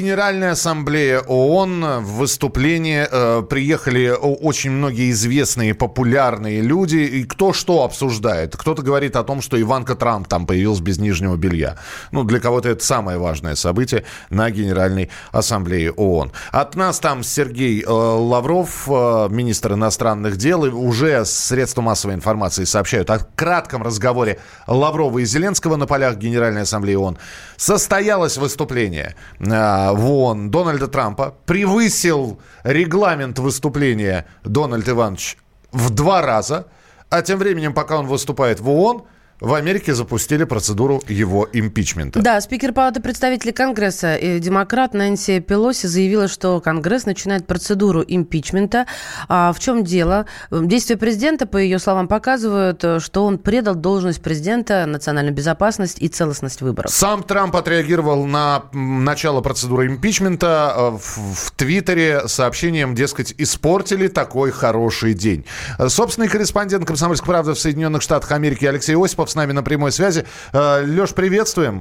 Генеральная ассамблея ООН. В выступление приехали очень многие известные, популярные люди. И кто что обсуждает. Кто-то говорит о том, что Иванка Трамп там появилась без нижнего белья. Ну, для кого-то это самое важное событие на Генеральной ассамблее ООН. От нас там Сергей Лавров, министр иностранных дел, и уже средства массовой информации сообщают о кратком разговоре Лаврова и Зеленского на полях Генеральной ассамблеи ООН. Состоялось выступление в ООН Дональда Трампа. Превысил регламент выступления Дональд Иванович в 2 раза. А тем временем, пока он выступает в ООН, в Америке запустили процедуру его импичмента. Да, спикер Палаты представителей Конгресса и демократ Нэнси Пелоси заявила, что Конгресс начинает процедуру импичмента. В чем дело? Действия президента, по ее словам, показывают, что он предал должность президента, национальную безопасность и целостность выборов. Сам Трамп отреагировал на начало процедуры импичмента в Твиттере сообщением, дескать, испортили такой хороший день. Собственный корреспондент «Комсомольской правды» в Соединенных Штатах Америки Алексей Осипов с нами на прямой связи. Леш, приветствуем.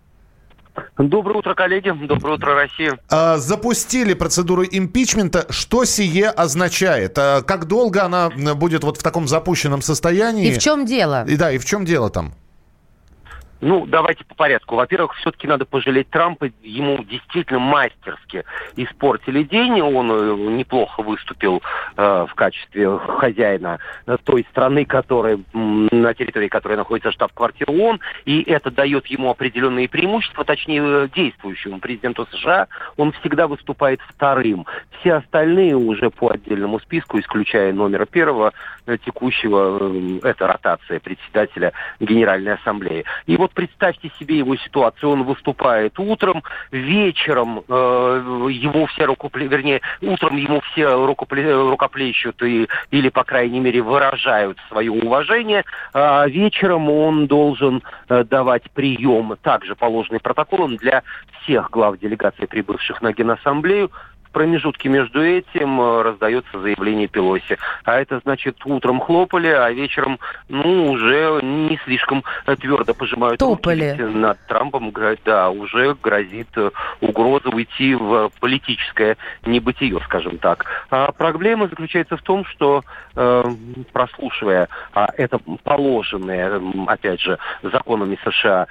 Доброе утро, коллеги. Доброе утро, Россия. Запустили процедуру импичмента. Что сие означает? Как долго она будет вот в таком запущенном состоянии? И в чем дело? И в чем дело там? Ну, давайте по порядку. Во-первых, все-таки надо пожалеть Трампа. Ему действительно мастерски испортили день. Он неплохо выступил в качестве хозяина той страны, на территории которой находится штаб-квартира ООН. И это дает ему определенные преимущества, точнее, действующему президенту США. Он всегда выступает вторым. Все остальные уже по отдельному списку, исключая номера 1 текущего, это ротация председателя Генеральной ассамблеи. И вот представьте себе его ситуацию. Он выступает утром, вечером его все утром ему все рукоплещут или, по крайней мере, выражают свое уважение. А вечером он должен давать прием, также положенный протоколом, для всех глав делегаций, прибывших на Генассамблею. В промежутке между этим раздается заявление Пелоси. А это значит, утром хлопали, а вечером, уже не слишком твердо пожимают руки над Трампом. Да, уже грозит угроза уйти в политическое небытие, скажем так. А проблема заключается в том, что, прослушивая это положенная, опять же, законами США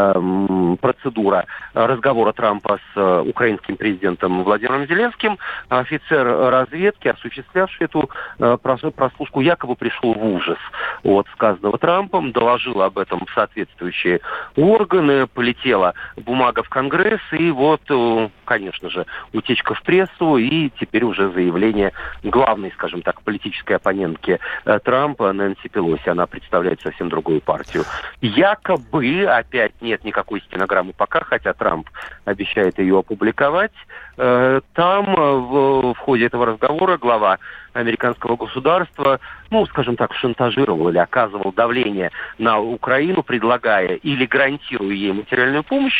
процедура разговора Трампа с украинским президентом Владимиром Зеленским, офицер разведки, осуществлявший эту прослушку, якобы пришел в ужас от сказанного Трампом, доложил об этом в соответствующие органы, полетела бумага в Конгресс, и вот, конечно же, утечка в прессу, и теперь уже заявление главной, скажем так, политической оппонентки Трампа, Нэнси Пелоси. Она представляет совсем другую партию. Якобы, опять нет никакой стенограммы пока, хотя Трамп обещает ее опубликовать, там в ходе этого разговора глава американского государства, скажем так, шантажировал или оказывал давление на Украину, предлагая или гарантируя ей материальную помощь,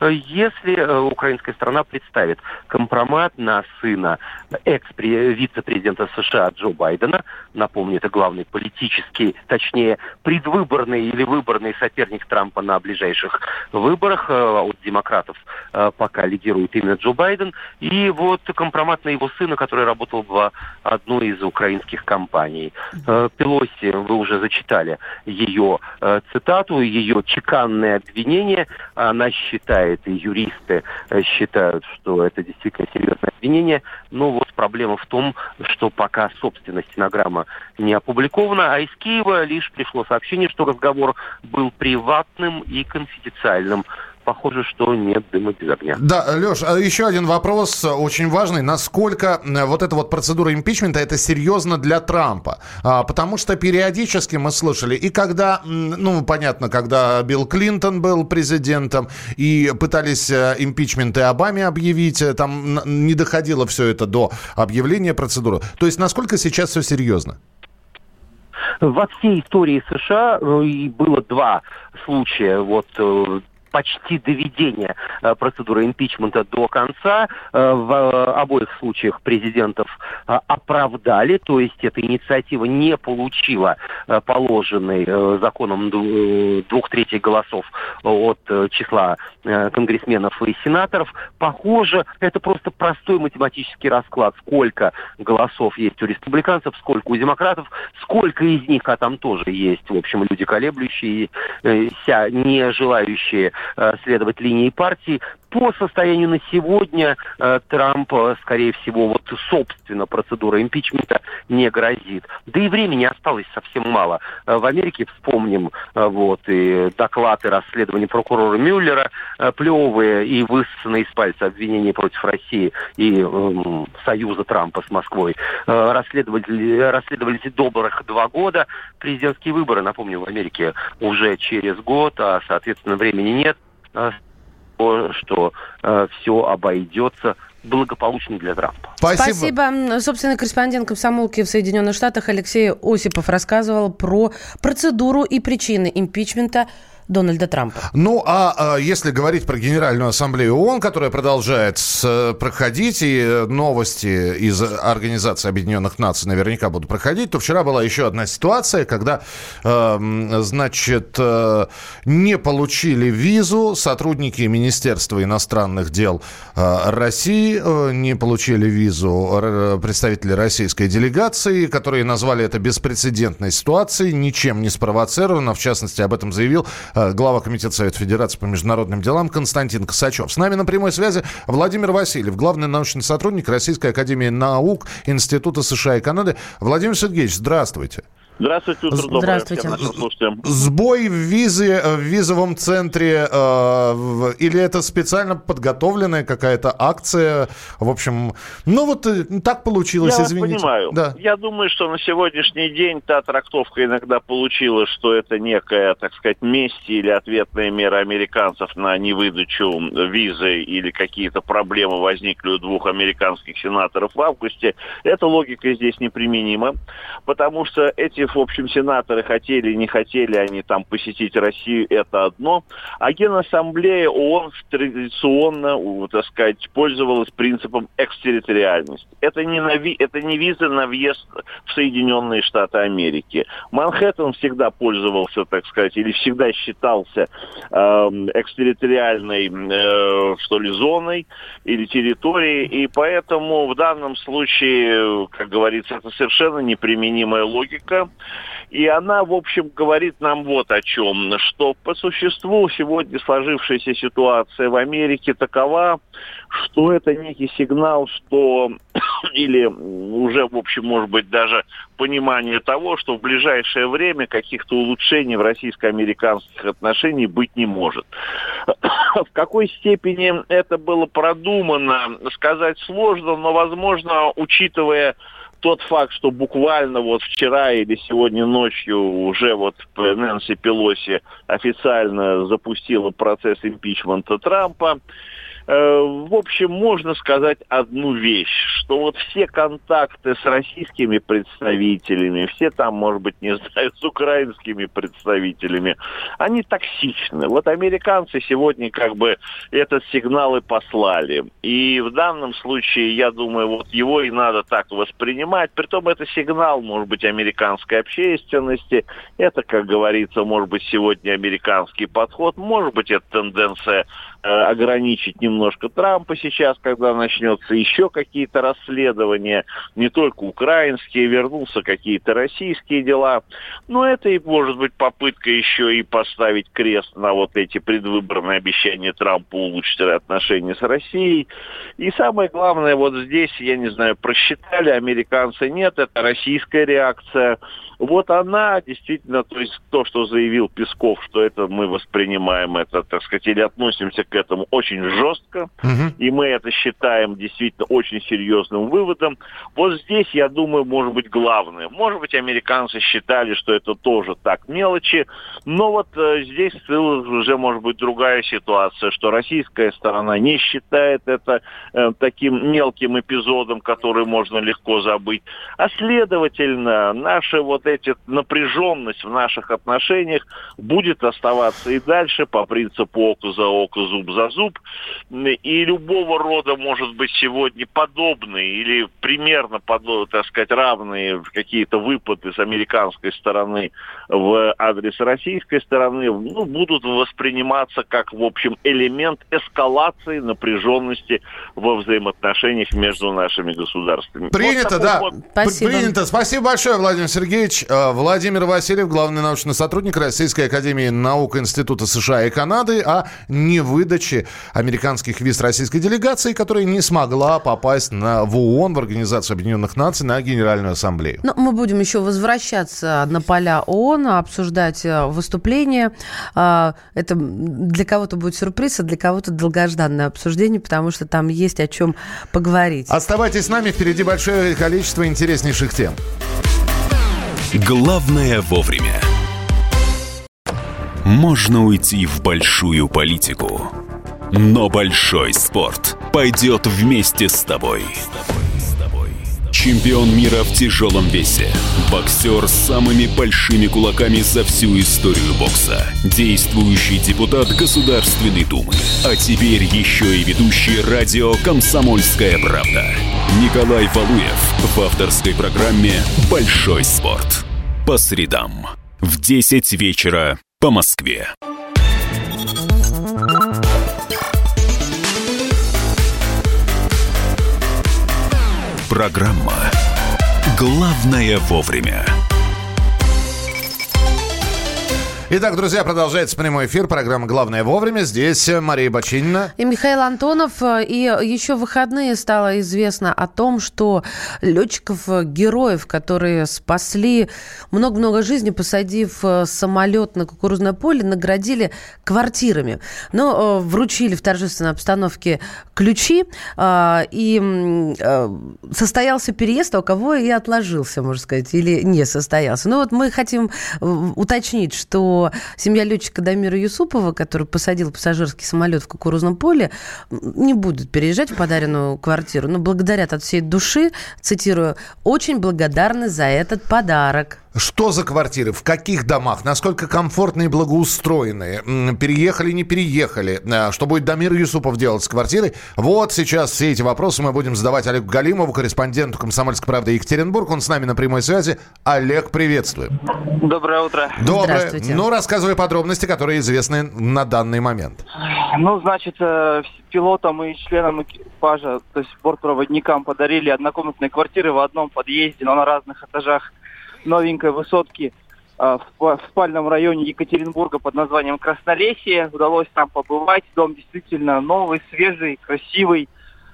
если украинская сторона представит компромат на сына вице-президента США Джо Байдена. Напомню, это главный политический, точнее, предвыборный или выборный соперник Трампа на ближайших выборах. От демократов пока лидирует именно Джо Байден. И вот компромат на его сына, который работал в одной из украинских компаний. Пелоси, вы уже зачитали ее цитату, ее чеканное обвинение. Она считает, и юристы считают, что это действительно серьезное обвинение. Но вот проблема в том, что пока собственная стенограмма не опубликована, а из Киева лишь пришло сообщение, что разговор был приватным и конфиденциальным. Похоже, что нет дыма без огня. Да, Леш, еще один вопрос очень важный. Насколько вот эта вот процедура импичмента, это серьезно для Трампа? Потому что периодически мы слышали, и когда, понятно, когда Билл Клинтон был президентом, и пытались импичмент и Обаме объявить, там не доходило все это до объявления процедуры. То есть насколько сейчас все серьезно? Во всей истории США было 2 случая почти доведения процедуры импичмента до конца. В обоих случаях президентов оправдали, то есть эта инициатива не получила положенный законом 2/3 голосов от числа конгрессменов и сенаторов. Похоже, это просто простой математический расклад, сколько голосов есть у республиканцев, сколько у демократов, сколько из них, а там тоже есть, в общем, люди колеблющиеся, не желающие следовать линии партии. По состоянию на сегодня Трамп, скорее всего, вот собственно процедура импичмента не грозит. Да и времени осталось совсем мало. В Америке, вспомним, и доклад и расследование прокурора Мюллера, плевые и высосанные из пальца обвинения против России и союза Трампа с Москвой расследовались добрых 2 года. Президентские выборы, напомню, в Америке уже через год, а, соответственно, времени нет, что все обойдется благополучно для Трампа. Спасибо. Собственно, корреспондент «Комсомолки» в Соединенных Штатах Алексей Осипов рассказывал про процедуру и причины импичмента Дональда Трампа. Ну, а если говорить про Генеральную Ассамблею ООН, которая продолжает проходить, и новости из Организации Объединенных Наций наверняка будут проходить, то вчера была еще одна ситуация, когда, не получили визу сотрудники Министерства иностранных дел России, не получили визу представители российской делегации, которые назвали это беспрецедентной ситуацией, ничем не спровоцировано. В частности, об этом заявил глава Комитета Совета Федерации по международным делам Константин Косачев. С нами на прямой связи Владимир Васильев, главный научный сотрудник Российской академии наук Института США и Канады. Владимир Сергеевич, здравствуйте. Здравствуйте, утро доброе. Здравствуйте. Сбой в визовом центре или это специально подготовленная какая-то акция? В общем, так получилось, извините. Я вас понимаю. Да. Я думаю, что на сегодняшний день та трактовка иногда получилась, что это некая, так сказать, месть или ответная мера американцев на невыдачу визы или какие-то проблемы возникли у 2 американских сенаторов в августе. Эта логика здесь неприменима, потому что эти, в общем, сенаторы хотели, не хотели они там посетить Россию, это одно. А Генассамблея ООН традиционно, так сказать, пользовалась принципом экстерриториальности. Это не виза на въезд в Соединенные Штаты Америки. Манхэттен всегда пользовался, так сказать, или всегда считался экстерриториальной, зоной или территорией, и поэтому в данном случае, как говорится, это совершенно неприменимая логика. И она, в общем, говорит нам вот о чем, что по существу сегодня сложившаяся ситуация в Америке такова, что это некий сигнал, что или уже, в общем, может быть, даже понимание того, что в ближайшее время каких-то улучшений в российско-американских отношениях быть не может. В какой степени это было продумано, сказать сложно, но, возможно, учитывая тот факт, что буквально вчера или сегодня ночью уже Нэнси Пелоси официально запустила процесс импичмента Трампа, в общем, можно сказать одну вещь, что все контакты с российскими представителями, все там, может быть, не знаю, с украинскими представителями, они токсичны. Американцы сегодня этот сигнал и послали. И в данном случае, я думаю, его и надо так воспринимать. Притом это сигнал, может быть, американской общественности. Это, как говорится, может быть, сегодня американский подход. Может быть, это тенденция ограничить немножко Трампа сейчас, когда начнется еще какие-то расследования, не только украинские, вернутся какие-то российские дела. Но это и может быть попытка еще и поставить крест на эти предвыборные обещания Трампа улучшить отношения с Россией. И самое главное, здесь, я не знаю, просчитали американцы, нет, это российская реакция. Она действительно, то есть то, что заявил Песков, что это мы воспринимаем это, так сказать, или относимся к к этому очень жестко, и мы это считаем действительно очень серьезным выводом. Вот здесь, я думаю, может быть главное. Может быть, американцы считали, что это тоже так мелочи, но вот здесь уже может быть другая ситуация, что российская сторона не считает это таким мелким эпизодом, который можно легко забыть. А следовательно, наша вот эта напряженность в наших отношениях будет оставаться и дальше по принципу око за око, зуб за зуб. И любого рода, может быть, сегодня подобные или примерно, так сказать, равные какие-то выпады с американской стороны в адрес российской стороны, будут восприниматься как, в общем, элемент эскалации напряженности во взаимоотношениях между нашими государствами. Принято, да. Спасибо. Принято. Спасибо большое, Владимир Сергеевич. Владимир Васильев, главный научный сотрудник Российской академии наук Института США и Канады, о невыдаче американских виз российской делегации, которая не смогла попасть в ООН, в Организацию Объединенных Наций, на Генеральную Ассамблею. Но мы будем еще возвращаться на поля ООН, обсуждать выступления. Это для кого-то будет сюрприз, а для кого-то долгожданное обсуждение, потому что там есть о чем поговорить. Оставайтесь с нами, впереди большое количество интереснейших тем. Главное вовремя. Можно уйти в большую политику, но большой спорт пойдет вместе с тобой. Чемпион мира в тяжелом весе. Боксер с самыми большими кулаками за всю историю бокса. Действующий депутат Государственной Думы. А теперь еще и ведущий радио «Комсомольская правда». Николай Валуев в авторской программе «Большой спорт». По средам в 10 вечера по Москве. Программа «Главное вовремя». Итак, друзья, продолжается прямой эфир. Программа «Главное вовремя». Здесь Мария Бочинина. И Михаил Антонов. И еще в выходные стало известно о том, что летчиков-героев, которые спасли много-много жизней, посадив самолет на кукурузное поле, наградили квартирами. Но вручили в торжественной обстановке ключи. И состоялся переезд, а у кого и отложился, можно сказать, или не состоялся. Ну вот мы хотим уточнить, что семья летчика Дамира Юсупова, который посадил пассажирский самолет в кукурузном поле, не будет переезжать в подаренную квартиру, но благодарят от всей души, цитирую, «очень благодарны за этот подарок». Что за квартиры? В каких домах? Насколько комфортные и благоустроенные? Переехали, не переехали? Что будет Дамир Юсупов делать с квартирой? Вот сейчас все эти вопросы мы будем задавать Олегу Галимову, корреспонденту «Комсомольской правды» Екатеринбург. Он с нами на прямой связи. Олег, приветствую. Доброе утро. Доброе. Здравствуйте. Ну, рассказывай подробности, которые известны на данный момент. Ну, значит, пилотам и членам экипажа, то есть бортпроводникам, подарили однокомнатные квартиры в одном подъезде, но на разных этажах новенькой высотки в спальном районе Екатеринбурга под названием Краснолесье. Удалось там побывать. Дом действительно новый, свежий, красивый.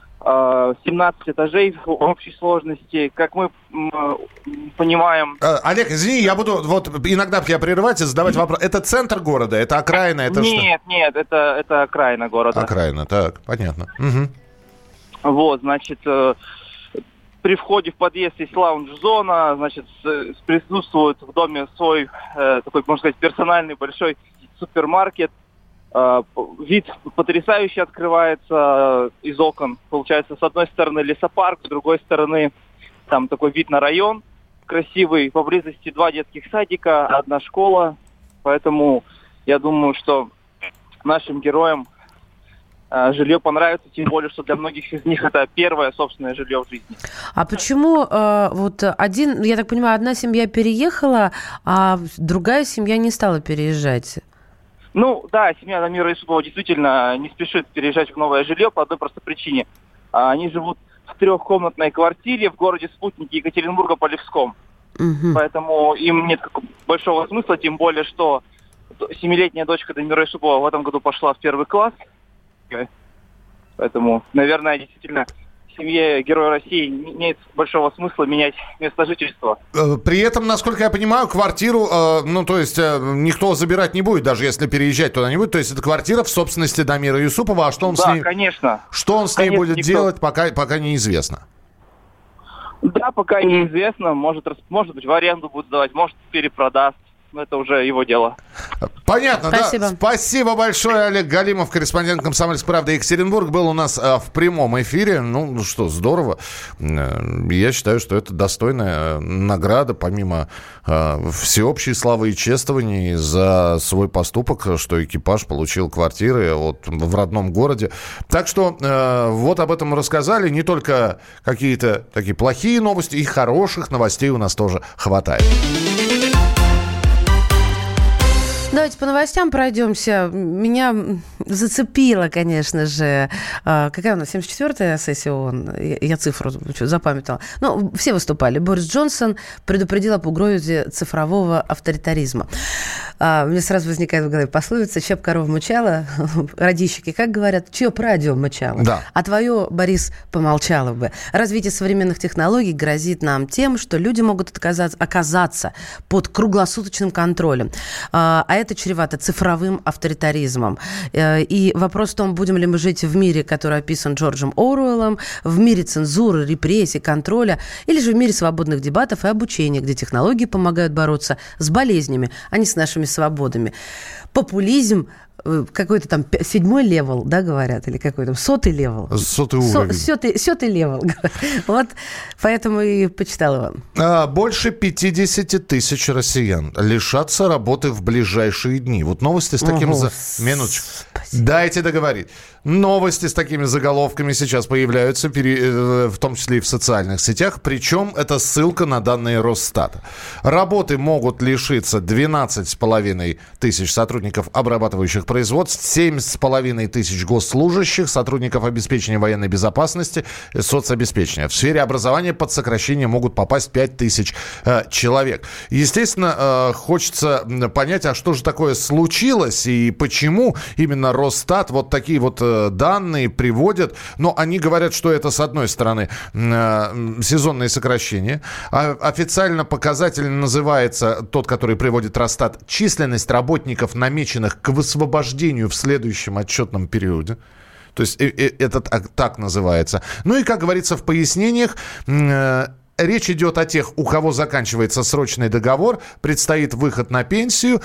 17 этажей в общей сложности. Как мы понимаем... Олег, извини, я буду иногда тебя прерывать и задавать вопрос. Это центр города? Это окраина? Это нет, что? Нет, это окраина города. Окраина, так, понятно. Угу. Вот, значит... При входе в подъезд есть лаунж-зона, значит, присутствует в доме свой, такой, можно сказать, персональный большой супермаркет. Вид потрясающий открывается из окон. Получается, с одной стороны лесопарк, с другой стороны там такой вид на район красивый. Поблизости 2 детских садика, 1 школа. Поэтому я думаю, что нашим героям жилье понравится, тем более, что для многих из них это первое собственное жилье в жизни. А почему я так понимаю, одна семья переехала, а другая семья не стала переезжать? Ну, да, семья Дамира Юсупова действительно не спешит переезжать в новое жилье по одной простой причине. Они живут в 3-комнатной квартире в городе спутнике Екатеринбурга-Полевском. Угу. Поэтому им нет большого смысла, тем более, что 7-летняя дочка Дамира Юсупова в этом году пошла в 1 класс. Поэтому, наверное, действительно семье Героя России нет большого смысла менять место жительства. При этом, насколько я понимаю, квартиру, никто забирать не будет, даже если переезжать туда не будет. То есть это квартира в собственности Дамира Юсупова, а что он с ней... конечно. Что он с ней будет делать, пока неизвестно. Да, пока неизвестно. Может быть, в аренду будет сдавать, может, перепродаст. Но это уже его дело. Понятно, спасибо. Да. Спасибо большое, Олег Галимов, корреспондент «Комсомольской правды» Екатеринбург, был у нас в прямом эфире. Ну что, здорово. Я считаю, что это достойная награда, помимо всеобщей славы и чествований за свой поступок, что экипаж получил квартиры в родном городе. Так что вот об этом рассказали. Не только какие-то такие плохие новости, и хороших новостей у нас тоже хватает. Давайте по новостям пройдемся. Меня зацепила, конечно же, какая у нас, 74-я сессия ООН? Я цифру запамятовала. Ну, все выступали. Борис Джонсон предупредил об угрозе цифрового авторитаризма. Мне сразу возникает в голове пословица: «Чья б корова мычала, радищики, как говорят, чье б радио мычало, да. А твое, Борис, помолчало бы». Развитие современных технологий грозит нам тем, что люди могут оказаться под круглосуточным контролем. А это чревато цифровым авторитаризмом. И вопрос в том, будем ли мы жить в мире, который описан Джорджем Оруэллом, в мире цензуры, репрессий, контроля, или же в мире свободных дебатов и обучения, где технологии помогают бороться с болезнями, а не с нашими свободами. Популизм, какой-то там 7-й левел, да, говорят, или какой там 100-й левел. 100-й уровень. 100-й левел. Вот, поэтому и почитала вам. Больше 50 тысяч россиян лишатся работы в ближайшие дни. Вот новости с таким... Минуточку. Спасибо. Дайте договорить. Новости с такими заголовками сейчас появляются, в том числе и в социальных сетях. Причем это ссылка на данные Росстата. Работы могут лишиться 12,5 тысяч сотрудников обрабатывающих производств, 7,5 тысяч госслужащих, сотрудников обеспечения военной безопасности, соцобеспечения. В сфере образования под сокращение могут попасть 5 тысяч человек. Естественно, хочется понять, а что же такое случилось и почему именно Росстат вот такие вот данные приводят. Но они говорят, что это, с одной стороны, сезонные сокращения. Официально показатель называется, тот, который приводит Росстат, численность работников, намеченных к высвобождению в следующем отчетном периоде. То есть это так называется. Ну и, как говорится в пояснениях, речь идет о тех, у кого заканчивается срочный договор, предстоит выход на пенсию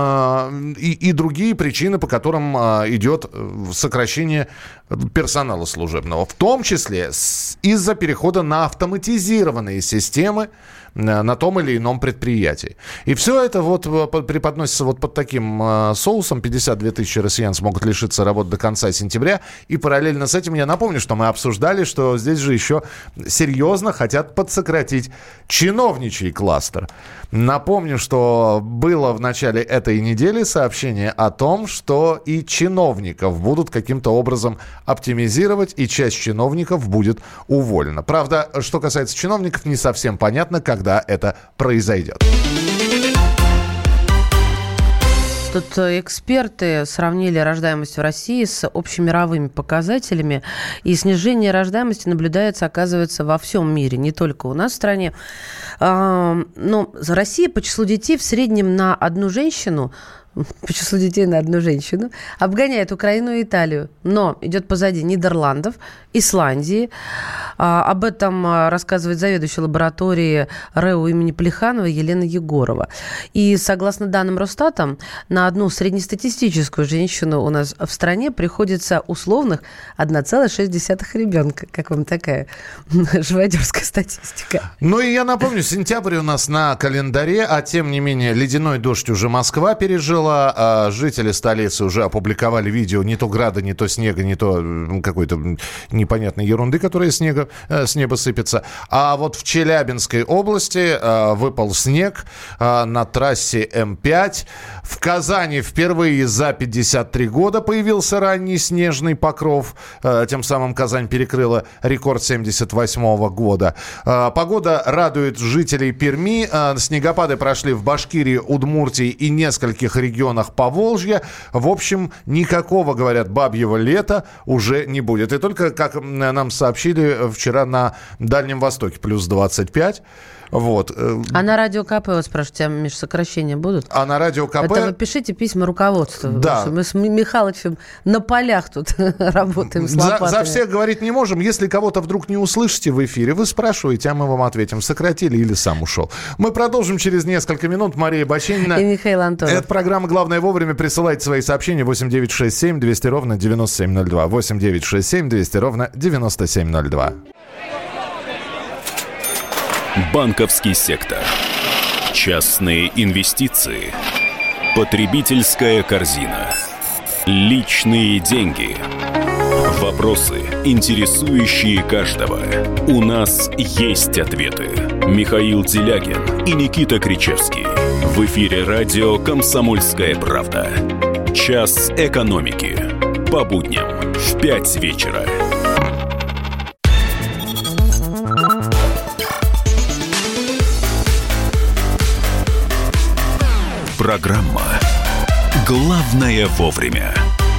и другие причины, по которым идет сокращение персонала служебного. В том числе из-за перехода на автоматизированные системы на том или ином предприятии. И все это вот преподносится вот под таким соусом. 52 тысячи россиян смогут лишиться работы до конца сентября. И параллельно с этим я напомню, что мы обсуждали, что здесь же еще серьезно хотят подсократить чиновничий кластер. Напомню, что было в начале этой недели сообщение о том, что и чиновников будут каким-то образом оптимизировать, и часть чиновников будет уволена. Правда, что касается чиновников, не совсем понятно, когда это произойдет. Тут эксперты сравнили рождаемость в России с общемировыми показателями, и снижение рождаемости наблюдается, оказывается, во всем мире, не только у нас в стране. Но Россия по числу детей в среднем на одну женщину обгоняет Украину и Италию, но идет позади Нидерландов, Исландии. Об этом рассказывает заведующая лабораторией РЭУ имени Плеханова Елена Егорова. И согласно данным Росстата, на одну среднестатистическую женщину у нас в стране приходится условных 1,6 ребенка. Как вам такая живодерская статистика? Ну и я напомню, сентябрь у нас на календаре, а тем не менее ледяной дождь уже Москва пережила. Жители столицы уже опубликовали видео не то града, не то снега, не то какой-то непонятной ерунды, которая с неба сыпется. А вот в Челябинской области выпал снег на трассе М5. В Казани впервые за 53 года появился ранний снежный покров. Тем самым Казань перекрыла рекорд 1978 года. Погода радует жителей Перми. Снегопады прошли в Башкирии, Удмуртии и нескольких регионах регионах Поволжья. В общем, никакого, говорят, бабьего лета уже не будет. И только, как нам сообщили вчера, на Дальнем Востоке плюс 25. Вот. А на радио КП, вот спрашиваете, межсокращения будут? А на радио КП... Это вы пишите письма руководству. Да. Мы с Михалычем на полях тут работаем с лопатами. За всех говорить не можем. Если кого-то вдруг не услышите в эфире, вы спрашиваете, а мы вам ответим, сократили или сам ушел. Мы продолжим через несколько минут. Мария Баченина и Михаил Антонов. Это программа «Главное вовремя». Присылайте свои сообщения 8967 200 ровно 9702. 8967 200 ровно 9702. Банковский сектор. Частные инвестиции. Потребительская корзина. Личные деньги. Вопросы, интересующие каждого. У нас есть ответы. Михаил Делягин и Никита Кричевский. В эфире радио «Комсомольская правда». Час экономики. По будням в 5 вечера. Программа «Главное вовремя».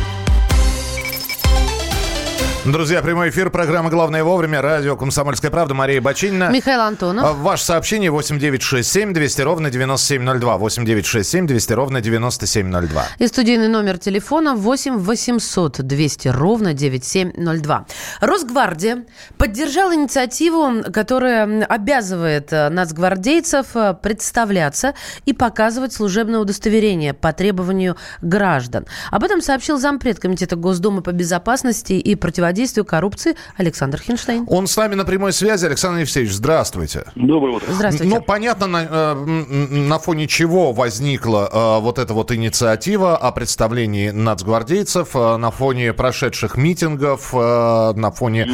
Друзья, прямой эфир, программа «Главное вовремя», радио «Комсомольская правда», Мария Баченина. Михаил Антонов. Ваше сообщение 8967 200 ровно 9702. 8967 200 ровно 9702. И студийный номер телефона 8 800 200 ровно 9702. Росгвардия поддержала инициативу, которая обязывает нацгвардейцев представляться и показывать служебное удостоверение по требованию граждан. Об этом сообщил зампред Комитета Госдумы по безопасности и противодействию коррупции Александр Хинштейн. Он с нами на прямой связи. Александр Евсеевич, здравствуйте. Доброе утро. Здравствуйте. Ну, понятно, на фоне чего возникла вот эта вот инициатива о представлении нацгвардейцев, на фоне прошедших митингов, на фоне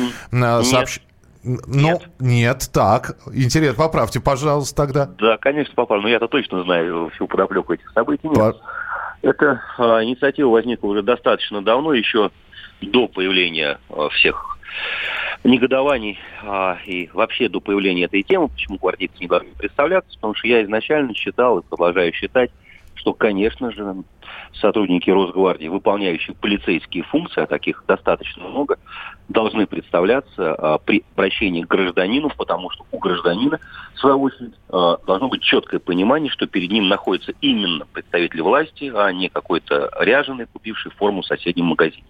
Нет, так. Интересно, поправьте, пожалуйста, тогда. Да, конечно, поправлю. Но я-то точно знаю всю подоплеку этих событий. Эта инициатива возникла уже достаточно давно, еще до появления всех негодований и вообще до появления этой темы. Почему гвардейцы не должны представляться? Потому что я изначально считал и продолжаю считать, что, конечно же, сотрудники Росгвардии, выполняющие полицейские функции, а таких достаточно много, должны представляться при обращении к гражданину, потому что у гражданина, в свою очередь, должно быть четкое понимание, что перед ним находится именно представитель власти, а не какой-то ряженый, купивший форму в соседнем магазине.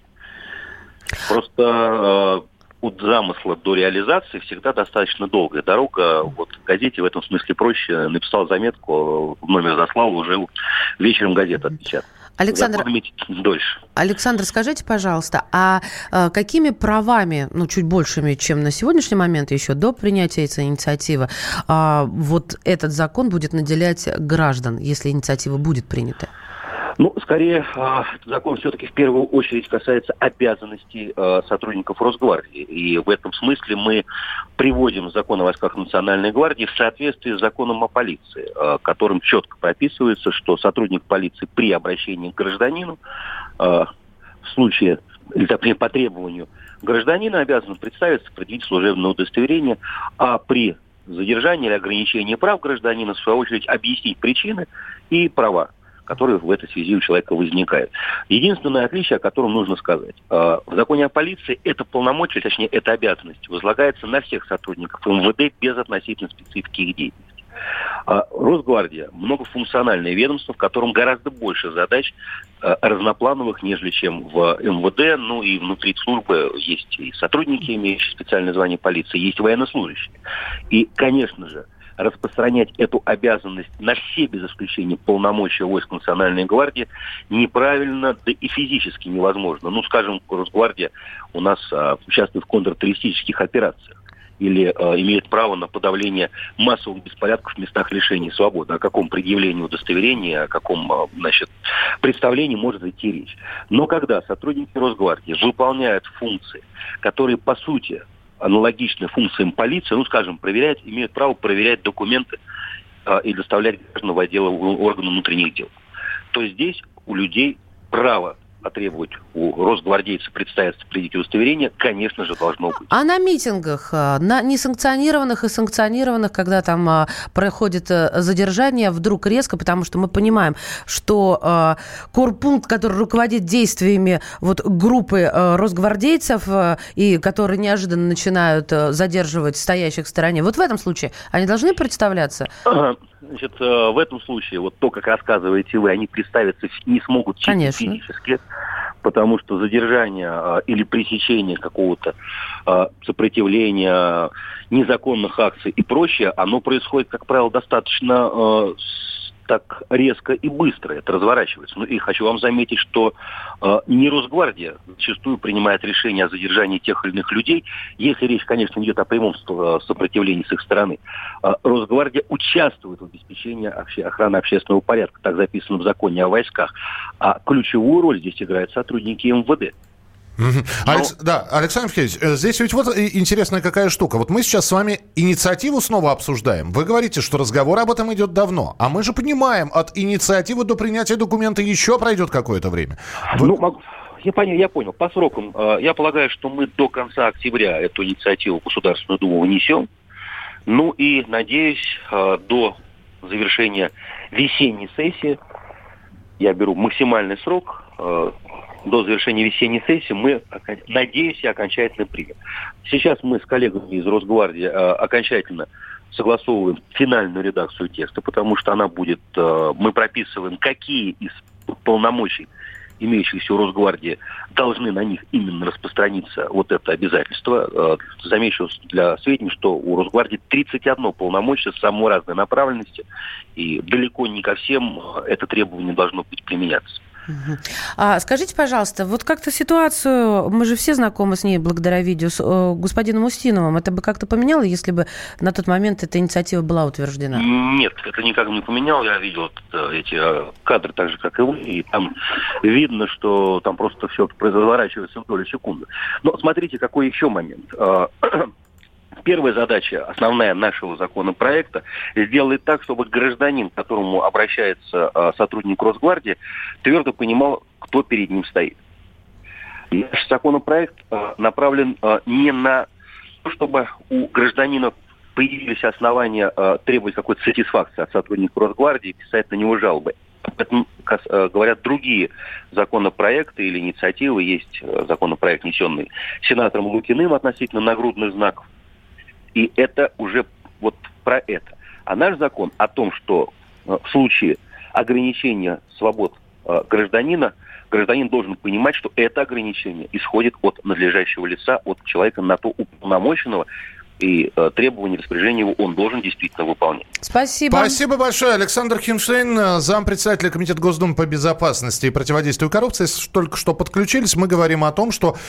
Просто от замысла до реализации всегда достаточно долгая дорога. Вот в газете в этом смысле проще. Написал заметку, в номер заслал, уже вечером газета отпечатана. Александр, дольше. Александр, скажите, пожалуйста, а какими правами, чуть большими, чем на сегодняшний момент, еще до принятия этой инициативы, вот этот закон будет наделять граждан, если инициатива будет принята? Скорее, закон все-таки в первую очередь касается обязанностей сотрудников Росгвардии. И в этом смысле мы приводим закон о войсках Национальной гвардии в соответствии с законом о полиции, которым четко прописывается, что сотрудник полиции при обращении к гражданину в случае, или по требованию гражданина обязан представиться, предъявить служебное удостоверение, а при задержании или ограничении прав гражданина, в свою очередь, объяснить причины и права, которые в этой связи у человека возникают. Единственное отличие, о котором нужно сказать. В законе о полиции это полномочия, точнее, эта обязанность возлагается на всех сотрудников МВД без относительно специфики их деятельности. Росгвардия – многофункциональное ведомство, в котором гораздо больше задач разноплановых, нежели чем в МВД. И внутри службы есть и сотрудники, имеющие специальное звание полиции, есть военнослужащие. И, конечно же, распространять эту обязанность на все, без исключения, полномочия войск Национальной гвардии неправильно, да и физически невозможно. Скажем, Росгвардия у нас участвует в контртеррористических операциях или имеет право на подавление массовых беспорядков в местах лишения свободы. О каком предъявлении удостоверения, о каком, представлении может идти речь. Но когда сотрудники Росгвардии выполняют функции, которые, по сути, аналогичны функциям полиции, имеют право проверять документы и доставлять граждан в отделы органов внутренних дел, то здесь у людей право потребовать у росгвардейца представиться, предъявить удостоверение, конечно же, должно быть. А на митингах, на несанкционированных и санкционированных, когда там проходит задержание, вдруг резко, потому что мы понимаем, что корпункт, который руководит действиями вот группы росгвардейцев, и которые неожиданно начинают задерживать стоящих в стороне, вот в этом случае они должны представляться? Значит, в этом случае, вот то, как рассказываете вы, они представиться не смогут чисто физически, потому что задержание или пресечение какого-то сопротивления, незаконных акций и прочее, оно происходит, как правило, достаточно так резко и быстро это разворачивается. Ну и хочу вам заметить, что не Росгвардия зачастую принимает решение о задержании тех или иных людей, если речь, конечно, идет о прямом сопротивлении с их стороны. Росгвардия участвует в обеспечении охраны общественного порядка, так записано в законе о войсках. А ключевую роль здесь играют сотрудники МВД. Да, Александр Михайлович, здесь ведь вот интересная какая штука. Вот мы сейчас с вами инициативу снова обсуждаем. Вы говорите, что разговор об этом идет давно. А мы же понимаем, от инициативы до принятия документа еще пройдет какое-то время. Я понял. По срокам, я полагаю, что мы до конца октября эту инициативу в Государственную Думу внесем. Ну и, надеюсь, до завершения весенней сессии, я беру максимальный срок, до завершения весенней сессии мы, надеюсь, и окончательно примем. Сейчас мы с коллегами из Росгвардии окончательно согласовываем финальную редакцию текста, потому что она будет, мы прописываем, какие из полномочий, имеющихся у Росгвардии, должны на них именно распространиться вот это обязательство. Замечу для сведения, что у Росгвардии 31 полномочия самой разной направленности, и далеко не ко всем это требование должно быть применяться. Скажите, пожалуйста, вот как-то ситуацию, мы же все знакомы с ней благодаря видео с господином Устиновым, это бы как-то поменяло, если бы на тот момент эта инициатива была утверждена? Нет, это никак не поменяло. Я видел эти кадры так же, как и вы, и там видно, что там просто все разворачивается в долю секунды. Но смотрите, какой еще момент. Первая задача, основная нашего законопроекта, сделать так, чтобы гражданин, к которому обращается сотрудник Росгвардии, твердо понимал, кто перед ним стоит. Наш законопроект направлен не на то, чтобы у гражданина появились основания требовать какой-то сатисфакции от сотрудника Росгвардии и писать на него жалобы. Об этом говорят другие законопроекты или инициативы. Есть законопроект, внесенный сенатором Лукиным относительно нагрудных знаков. И это уже вот про это. А наш закон о том, что в случае ограничения свобод гражданина, гражданин должен понимать, что это ограничение исходит от надлежащего лица, от человека на то уполномоченного, и требования распоряжения его он должен действительно выполнять. Спасибо. Спасибо большое. Александр Хинштейн, зампредседателя Комитета Госдумы по безопасности и противодействию коррупции. Только что подключились. Мы говорим о том, что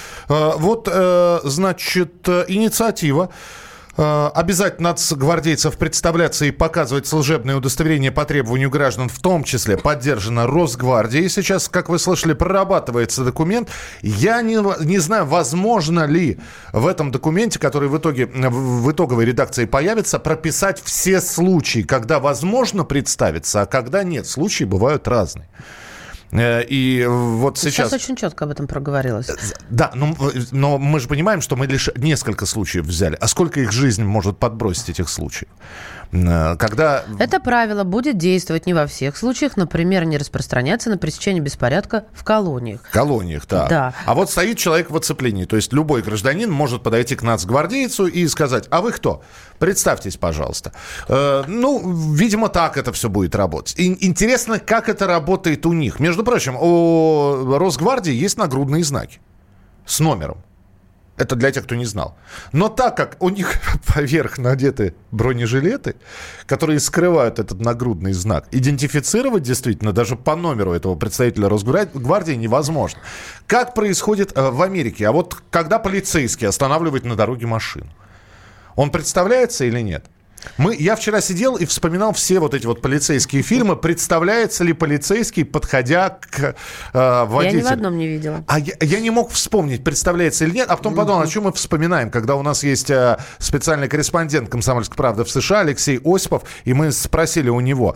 значит, инициатива обязать нацгвардейцев представляться и показывать служебное удостоверение по требованию граждан, в том числе поддержана Росгвардией. Сейчас, как вы слышали, прорабатывается документ. Я не знаю, возможно ли в этом документе, который в итоговой редакции появится, прописать все случаи, когда возможно представиться, а когда нет. Случаи бывают разные. И вот сейчас очень четко об этом проговорилось. Да, но мы же понимаем, что мы лишь несколько случаев взяли. А сколько их жизнь может подбросить, этих случаев? Когда... Это правило будет действовать не во всех случаях. Например, не распространяться на пресечение беспорядка в колониях. В колониях, да. А вот стоит человек в оцеплении. То есть любой гражданин может подойти к нацгвардейцу и сказать: а вы кто? Представьтесь, пожалуйста. Видимо, так это все будет работать. Интересно, как это работает у них. Между прочим, у Росгвардии есть нагрудные знаки с номером. Это для тех, кто не знал. Но так как у них поверх надеты бронежилеты, которые скрывают этот нагрудный знак, идентифицировать действительно даже по номеру этого представителя Росгвардии невозможно. Как происходит в Америке? А вот когда полицейский останавливает на дороге машину, он представляется или нет? Я вчера сидел и вспоминал все вот эти вот полицейские фильмы. Представляется ли полицейский, подходя к водителю? Я ни в одном не видела. Я не мог вспомнить, представляется или нет. А потом подумал, о чем мы вспоминаем, когда у нас есть специальный корреспондент «Комсомольской правды» в США Алексей Осипов, и мы спросили у него,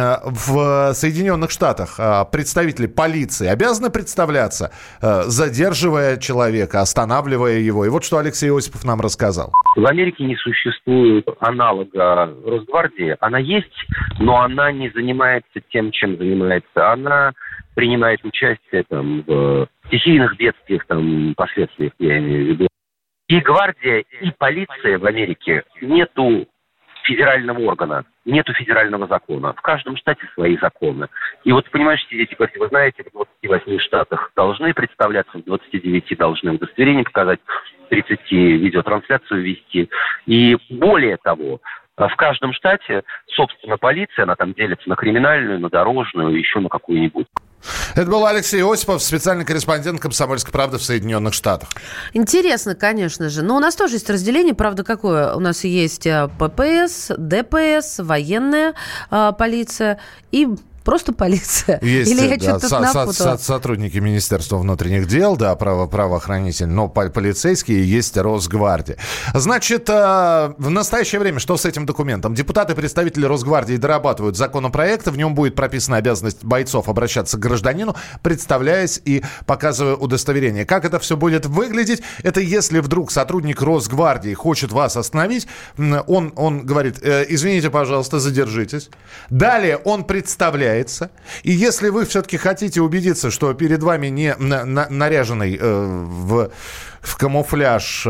в Соединенных Штатах представители полиции обязаны представляться, задерживая человека, останавливая его. И вот что Алексей Осипов нам рассказал. В Америке не существует аналога Росгвардии. Она есть, но она не занимается тем, чем занимается. Она принимает участие в стихийных бедствиях, последствиях, я имею в виду. И гвардия, и полиция в Америке нету федерального органа, нету федерального закона. В каждом штате свои законы. И вот, понимаешь, сидите и говорите, вы знаете, в 28 штатах должны представляться, в 29 должны удостоверение показать, в 30 видеотрансляцию вести. И более того, в каждом штате, собственно, полиция, она там делится на криминальную, на дорожную, еще на какую-нибудь. Это был Алексей Осипов, специальный корреспондент «Комсомольской правды» в Соединенных Штатах. Интересно, конечно же. Но у нас тоже есть разделение. Правда, какое? У нас есть ППС, ДПС, военная полиция и просто полиция. Есть, или я что-то напутала? Сотрудники Министерства внутренних дел, правоохранитель, но полицейские есть Росгвардия. Значит, в настоящее время что с этим документом? Депутаты, представители Росгвардии дорабатывают законопроект. В нем будет прописана обязанность бойцов обращаться к гражданину, представляясь и показывая удостоверение. Как это все будет выглядеть? Это если вдруг сотрудник Росгвардии хочет вас остановить, он говорит, извините, пожалуйста, задержитесь. Далее он представляет. И если вы все-таки хотите убедиться, что перед вами не наряженный в камуфляж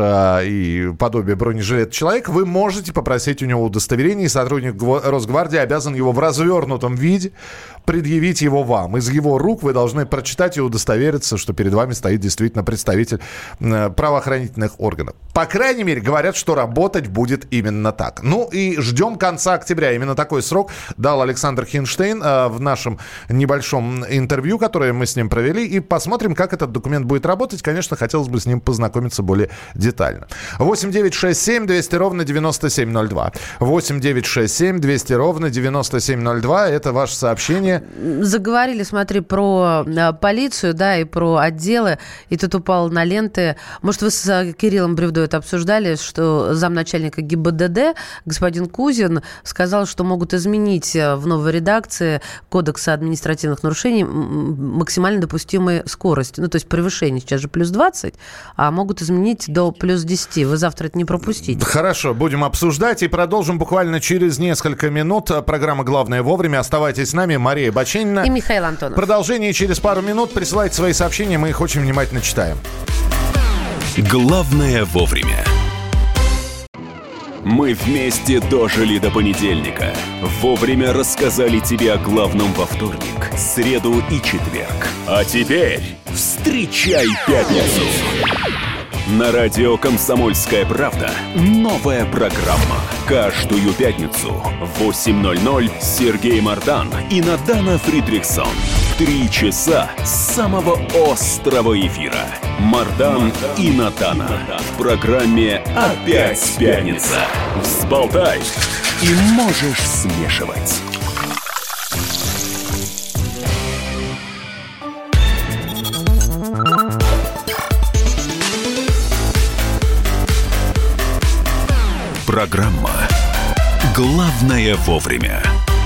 и подобие бронежилета человек, вы можете попросить у него удостоверение, и сотрудник Росгвардии обязан его в развернутом виде предъявить его вам. Из его рук вы должны прочитать и удостовериться, что перед вами стоит действительно представитель правоохранительных органов. По крайней мере, говорят, что работать будет именно так. Ну и ждем конца октября. Именно такой срок дал Александр Хинштейн в нашем небольшом интервью, которое мы с ним провели, и посмотрим, как этот документ будет работать. Конечно, хотелось бы с ним познакомиться более детально. 8 9 6 7 200 ровно 9702. 8 9 6 7 200 ровно 9702. Это ваше сообщение. Заговорили, смотри, про полицию, да, и про отделы, и тут упал на ленты. Может, вы с Кириллом Бревдо это обсуждали, что замначальника ГИБДД господин Кузин сказал, что могут изменить в новой редакции Кодекса административных нарушений максимально допустимой скорости. Ну, то есть превышение сейчас же плюс 20, а могут изменить до плюс 10. Вы завтра это не пропустите. Хорошо, будем обсуждать и продолжим буквально через несколько минут. Программа «Главное вовремя». Оставайтесь с нами. Мария Баченина. И Михаил Антонов. Продолжение через пару минут. Присылайте свои сообщения, мы их очень внимательно читаем. Главное вовремя. Мы вместе дожили до понедельника. Вовремя рассказали тебе о главном во вторник, среду и четверг. А теперь встречай пятницу. На радио «Комсомольская правда» новая программа. Каждую пятницу в 8:00 Сергей Мардан и Надана Фридрихсон. 3 часа самого острого эфира. Мардан и Надана. В программе «Опять пятница». Взболтай и можешь смешивать. Программа «Главное вовремя».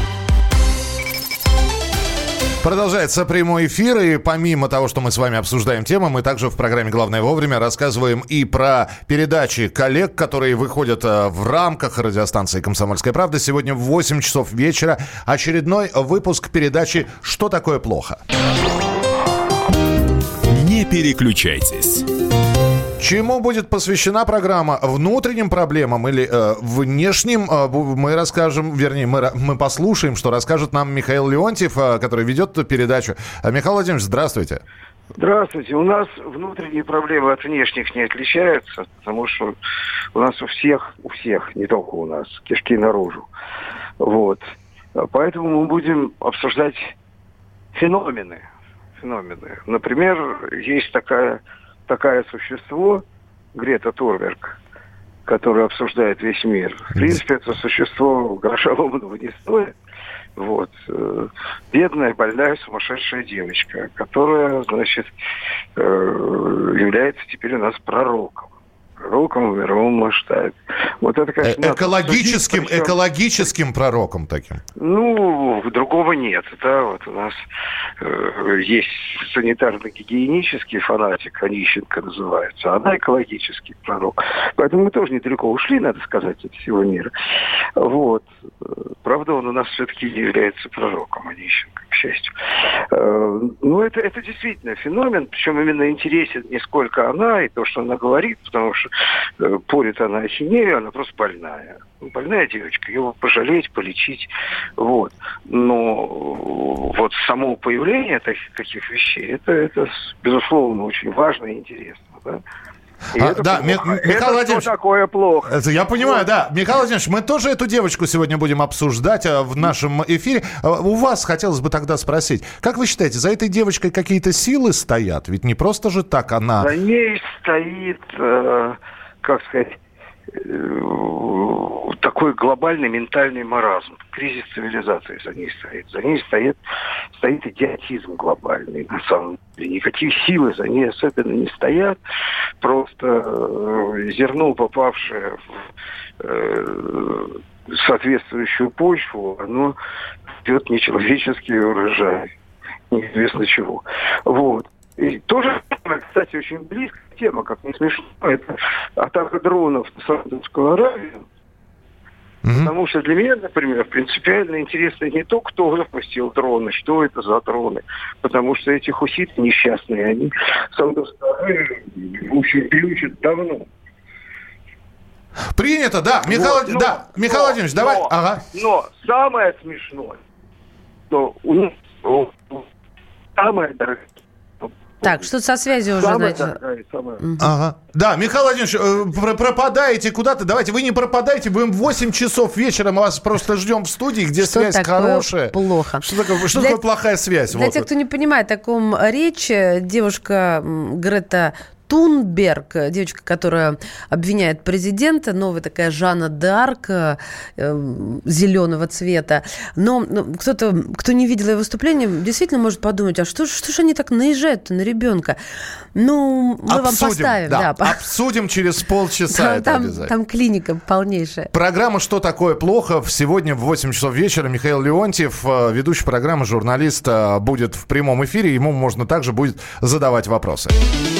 Продолжается прямой эфир, и помимо того, что мы с вами обсуждаем темы, мы также в программе «Главное вовремя» рассказываем и про передачи коллег, которые выходят в рамках радиостанции «Комсомольская правда». Сегодня в 8 часов вечера очередной выпуск передачи «Что такое плохо?». Не переключайтесь. Чему будет посвящена программа? Внутренним проблемам или внешним? Мы расскажем, вернее, мы послушаем, что расскажет нам Михаил Леонтьев, который ведет эту передачу. Михаил Владимирович, здравствуйте. Здравствуйте. У нас внутренние проблемы от внешних не отличаются, потому что у нас у всех, не только у нас, кишки наружу. Вот. Поэтому мы будем обсуждать феномены. Например, есть такое существо, Грета Турберг, которую обсуждает весь мир. В принципе, это существо гроша ломаного не стоит. Вот. Бедная, больная, сумасшедшая девочка, которая, значит, является теперь у нас пророком в мировом масштабе. Вот это, конечно, экологическим пророком таким. Ну, другого нет. Да, вот у нас есть санитарно-гигиенический фанатик, Онищенко называется, она экологический пророк. Поэтому мы тоже недалеко ушли, надо сказать, от всего мира. Вот. Правда, он у нас все-таки не является пророком, Онищенко, к счастью. Ну, это действительно феномен, причем именно интересен не сколько она и то, что она говорит, потому что порит она ахинею, она просто больная. Больная девочка, ее пожалеть, полечить. Вот. Но вот само появление таких вещей, это безусловно, очень важно и интересно. Да? Да, Михаил Владимирович, что такое плохо? Это я понимаю, да. Михаил Владимирович, мы тоже эту девочку сегодня будем обсуждать в нашем эфире. У вас хотелось бы тогда спросить, как вы считаете, за этой девочкой какие-то силы стоят? Ведь не просто же так она... За ней стоит, как сказать, такой глобальный ментальный маразм, кризис цивилизации за ней стоит. За ней стоит идиотизм глобальный, на самом деле. Никакие силы за ней особенно не стоят. Просто зерно, попавшее в соответствующую почву, оно дает нечеловеческий урожай. Неизвестно чего. Вот. И тоже, кстати, очень близкая тема, как не смешно, это атака дронов на Саудовскую Аравию. Потому что для меня, например, принципиально интересно не то, кто выпустил дроны, что это за дроны. Потому что эти хуситы несчастные, они Саудовскую Аравию, в общем, приучат давно. Принято, да. Михаил Владимирович, давай. Но самое смешное, что у них самое дорогое. Так, что-то со связью уже, знаете. Ага. Да, Михаил Владимирович, пропадаете куда-то. Давайте, вы не пропадаете, мы в 8 часов вечера мы вас просто ждем в студии, где что связь хорошая. Плохо. Что такое плохая связь? Для тех, кто не понимает, о ком речь, девушка Грета Тунберг, девочка, которая обвиняет президента, новая такая Жанна д'Арк зеленого цвета. Но кто-то, кто не видел ее выступление, действительно может подумать, а что ж они так наезжают-то на ребенка? Ну, мы вам поставим. Да, обсудим через полчаса это обязательно. Там клиника полнейшая. Программа «Что такое плохо?» сегодня в 8 часов вечера. Михаил Леонтьев, ведущий программы, журналист, будет в прямом эфире. Ему можно также будет задавать вопросы.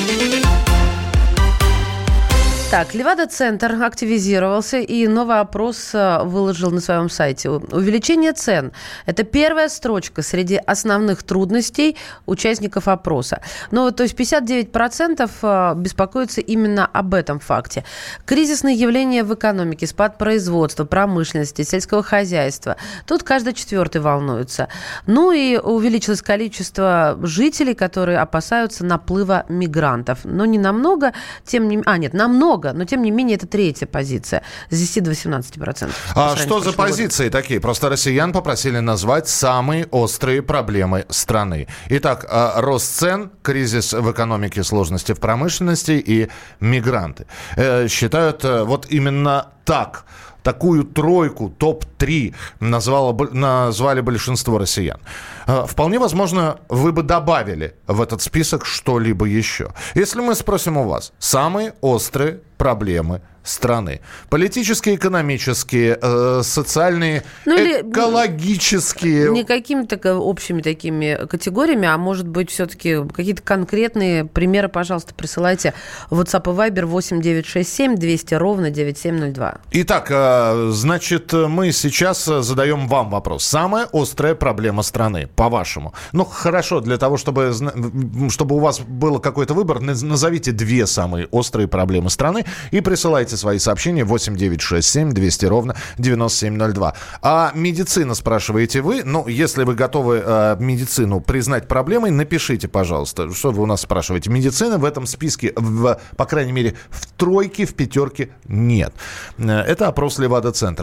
Так, Левада-центр активизировался и новый опрос выложил на своем сайте. Увеличение цен – это первая строчка среди основных трудностей участников опроса. Ну, то есть 59% беспокоятся именно об этом факте. Кризисные явления в экономике, спад производства, промышленности, сельского хозяйства. Тут каждый четвертый волнуется. Ну и увеличилось количество жителей, которые опасаются наплыва мигрантов. Но не намного, намного. Но, тем не менее, это третья позиция. С 10 до 18%. А что за позиции такие? Просто россиян попросили назвать самые острые проблемы страны. Итак, рост цен, кризис в экономике, сложности в промышленности и мигранты. Считают вот именно так. Такую тройку, топ-3 назвали большинство россиян. Вполне возможно, вы бы добавили в этот список что-либо еще. Если мы спросим у вас самые острые проблемы страны. Политические, экономические, социальные, экологические. Не какими-то общими такими категориями, а может быть все-таки какие-то конкретные примеры, пожалуйста, присылайте в WhatsApp и Viber 8 967 200 ровно 9702. Итак, значит, мы сейчас задаем вам вопрос. Самая острая проблема страны, по-вашему? Ну, хорошо, для того, чтобы у вас был какой-то выбор, назовите 2 самые острые проблемы страны и присылайте свои сообщения 8 967 200 ровно 9702. А медицина, спрашиваете вы? Ну, если вы готовы медицину признать проблемой, напишите, пожалуйста. Что вы у нас спрашиваете? Медицина в этом списке, по крайней мере, в тройки в пятерке нет. Это опрос Левада-центра.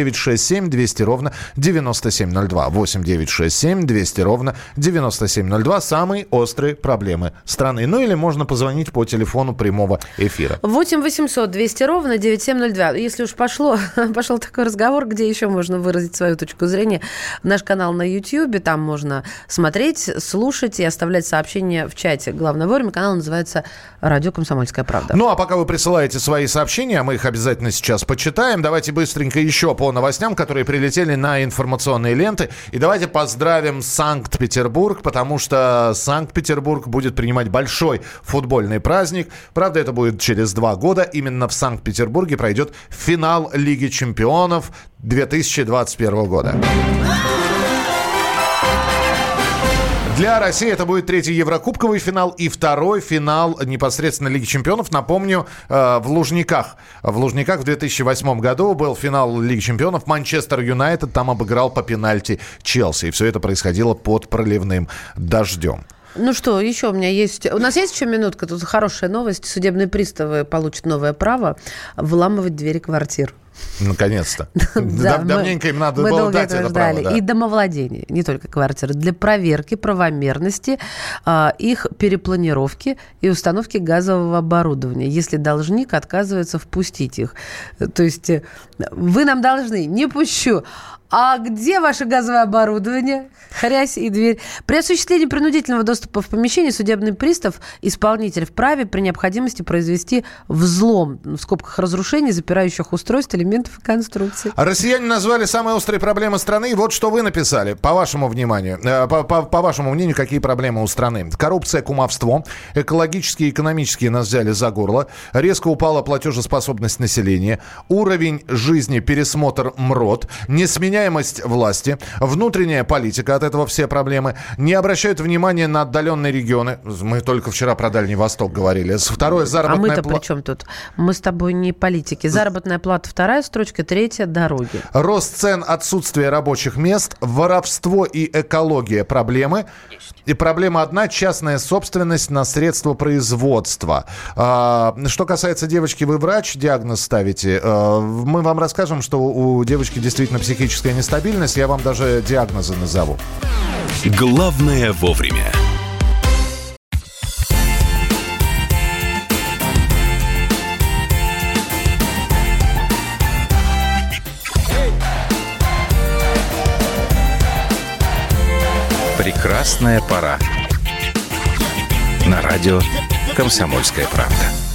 8-967-200-97-02. 8-967-200-97-02. Самые острые проблемы страны. Ну или можно позвонить по телефону прямого эфира. 8-800-200-97-02. Если уж пошел такой разговор, где еще можно выразить свою точку зрения, наш канал на YouTube, там можно смотреть, слушать и оставлять сообщения в чате. Главное вовремя. Канал называется «Радио Комсомольская правда». Ну, а пока вы присылаете свои сообщения, мы их обязательно сейчас почитаем. Давайте быстренько еще по новостям, которые прилетели на информационные ленты. И давайте поздравим Санкт-Петербург, потому что Санкт-Петербург будет принимать большой футбольный праздник. Правда, это будет через 2 года. Именно в Санкт-Петербурге пройдет финал Лиги чемпионов 2021 года. Для России это будет 3-й Еврокубковый финал и 2-й финал непосредственно Лиги чемпионов. Напомню, в Лужниках. В Лужниках в 2008 году был финал Лиги чемпионов. Манчестер Юнайтед там обыграл по пенальти Челси. И все это происходило под проливным дождем. Ну что, еще у меня есть... У нас есть еще минутка? Тут хорошая новость. Судебные приставы получат новое право вламывать двери квартир. Наконец-то. Давненько им надо было дать это право. И домовладение, не только квартиры, для проверки правомерности их перепланировки и установки газового оборудования, если должник отказывается впустить их. То есть вы нам должны, не пущу. А где ваше газовое оборудование? Хрясь и дверь. При осуществлении принудительного доступа в помещение судебный пристав, исполнитель вправе при необходимости произвести взлом, в скобках разрушение запирающих устройств, элементов и конструкций. Россияне назвали самые острые проблемы страны. Вот что вы написали, по вашему вниманию. По вашему мнению, какие проблемы у страны? Коррупция, кумовство, экологические и экономические нас взяли за горло, резко упала платежеспособность населения, уровень жизни, пересмотр МРОТ, несменяемость власти, внутренняя политика, от этого все проблемы, не обращают внимания на отдаленные регионы. Мы только вчера про Дальний Восток говорили. Второе, заработная плата. А мы-то при чем тут? Мы с тобой не политики. Заработная плата 2-я строчка, 3-я – дороги. Рост цен, отсутствие рабочих мест, воровство и экология – проблемы. И проблема одна – частная собственность на средства производства. Что касается девочки, вы врач, диагноз ставите. Мы вам расскажем, что у девочки действительно психическая нестабильность. Я вам даже диагнозы назову. Главное вовремя. Прекрасная пора. На радио «Комсомольская правда».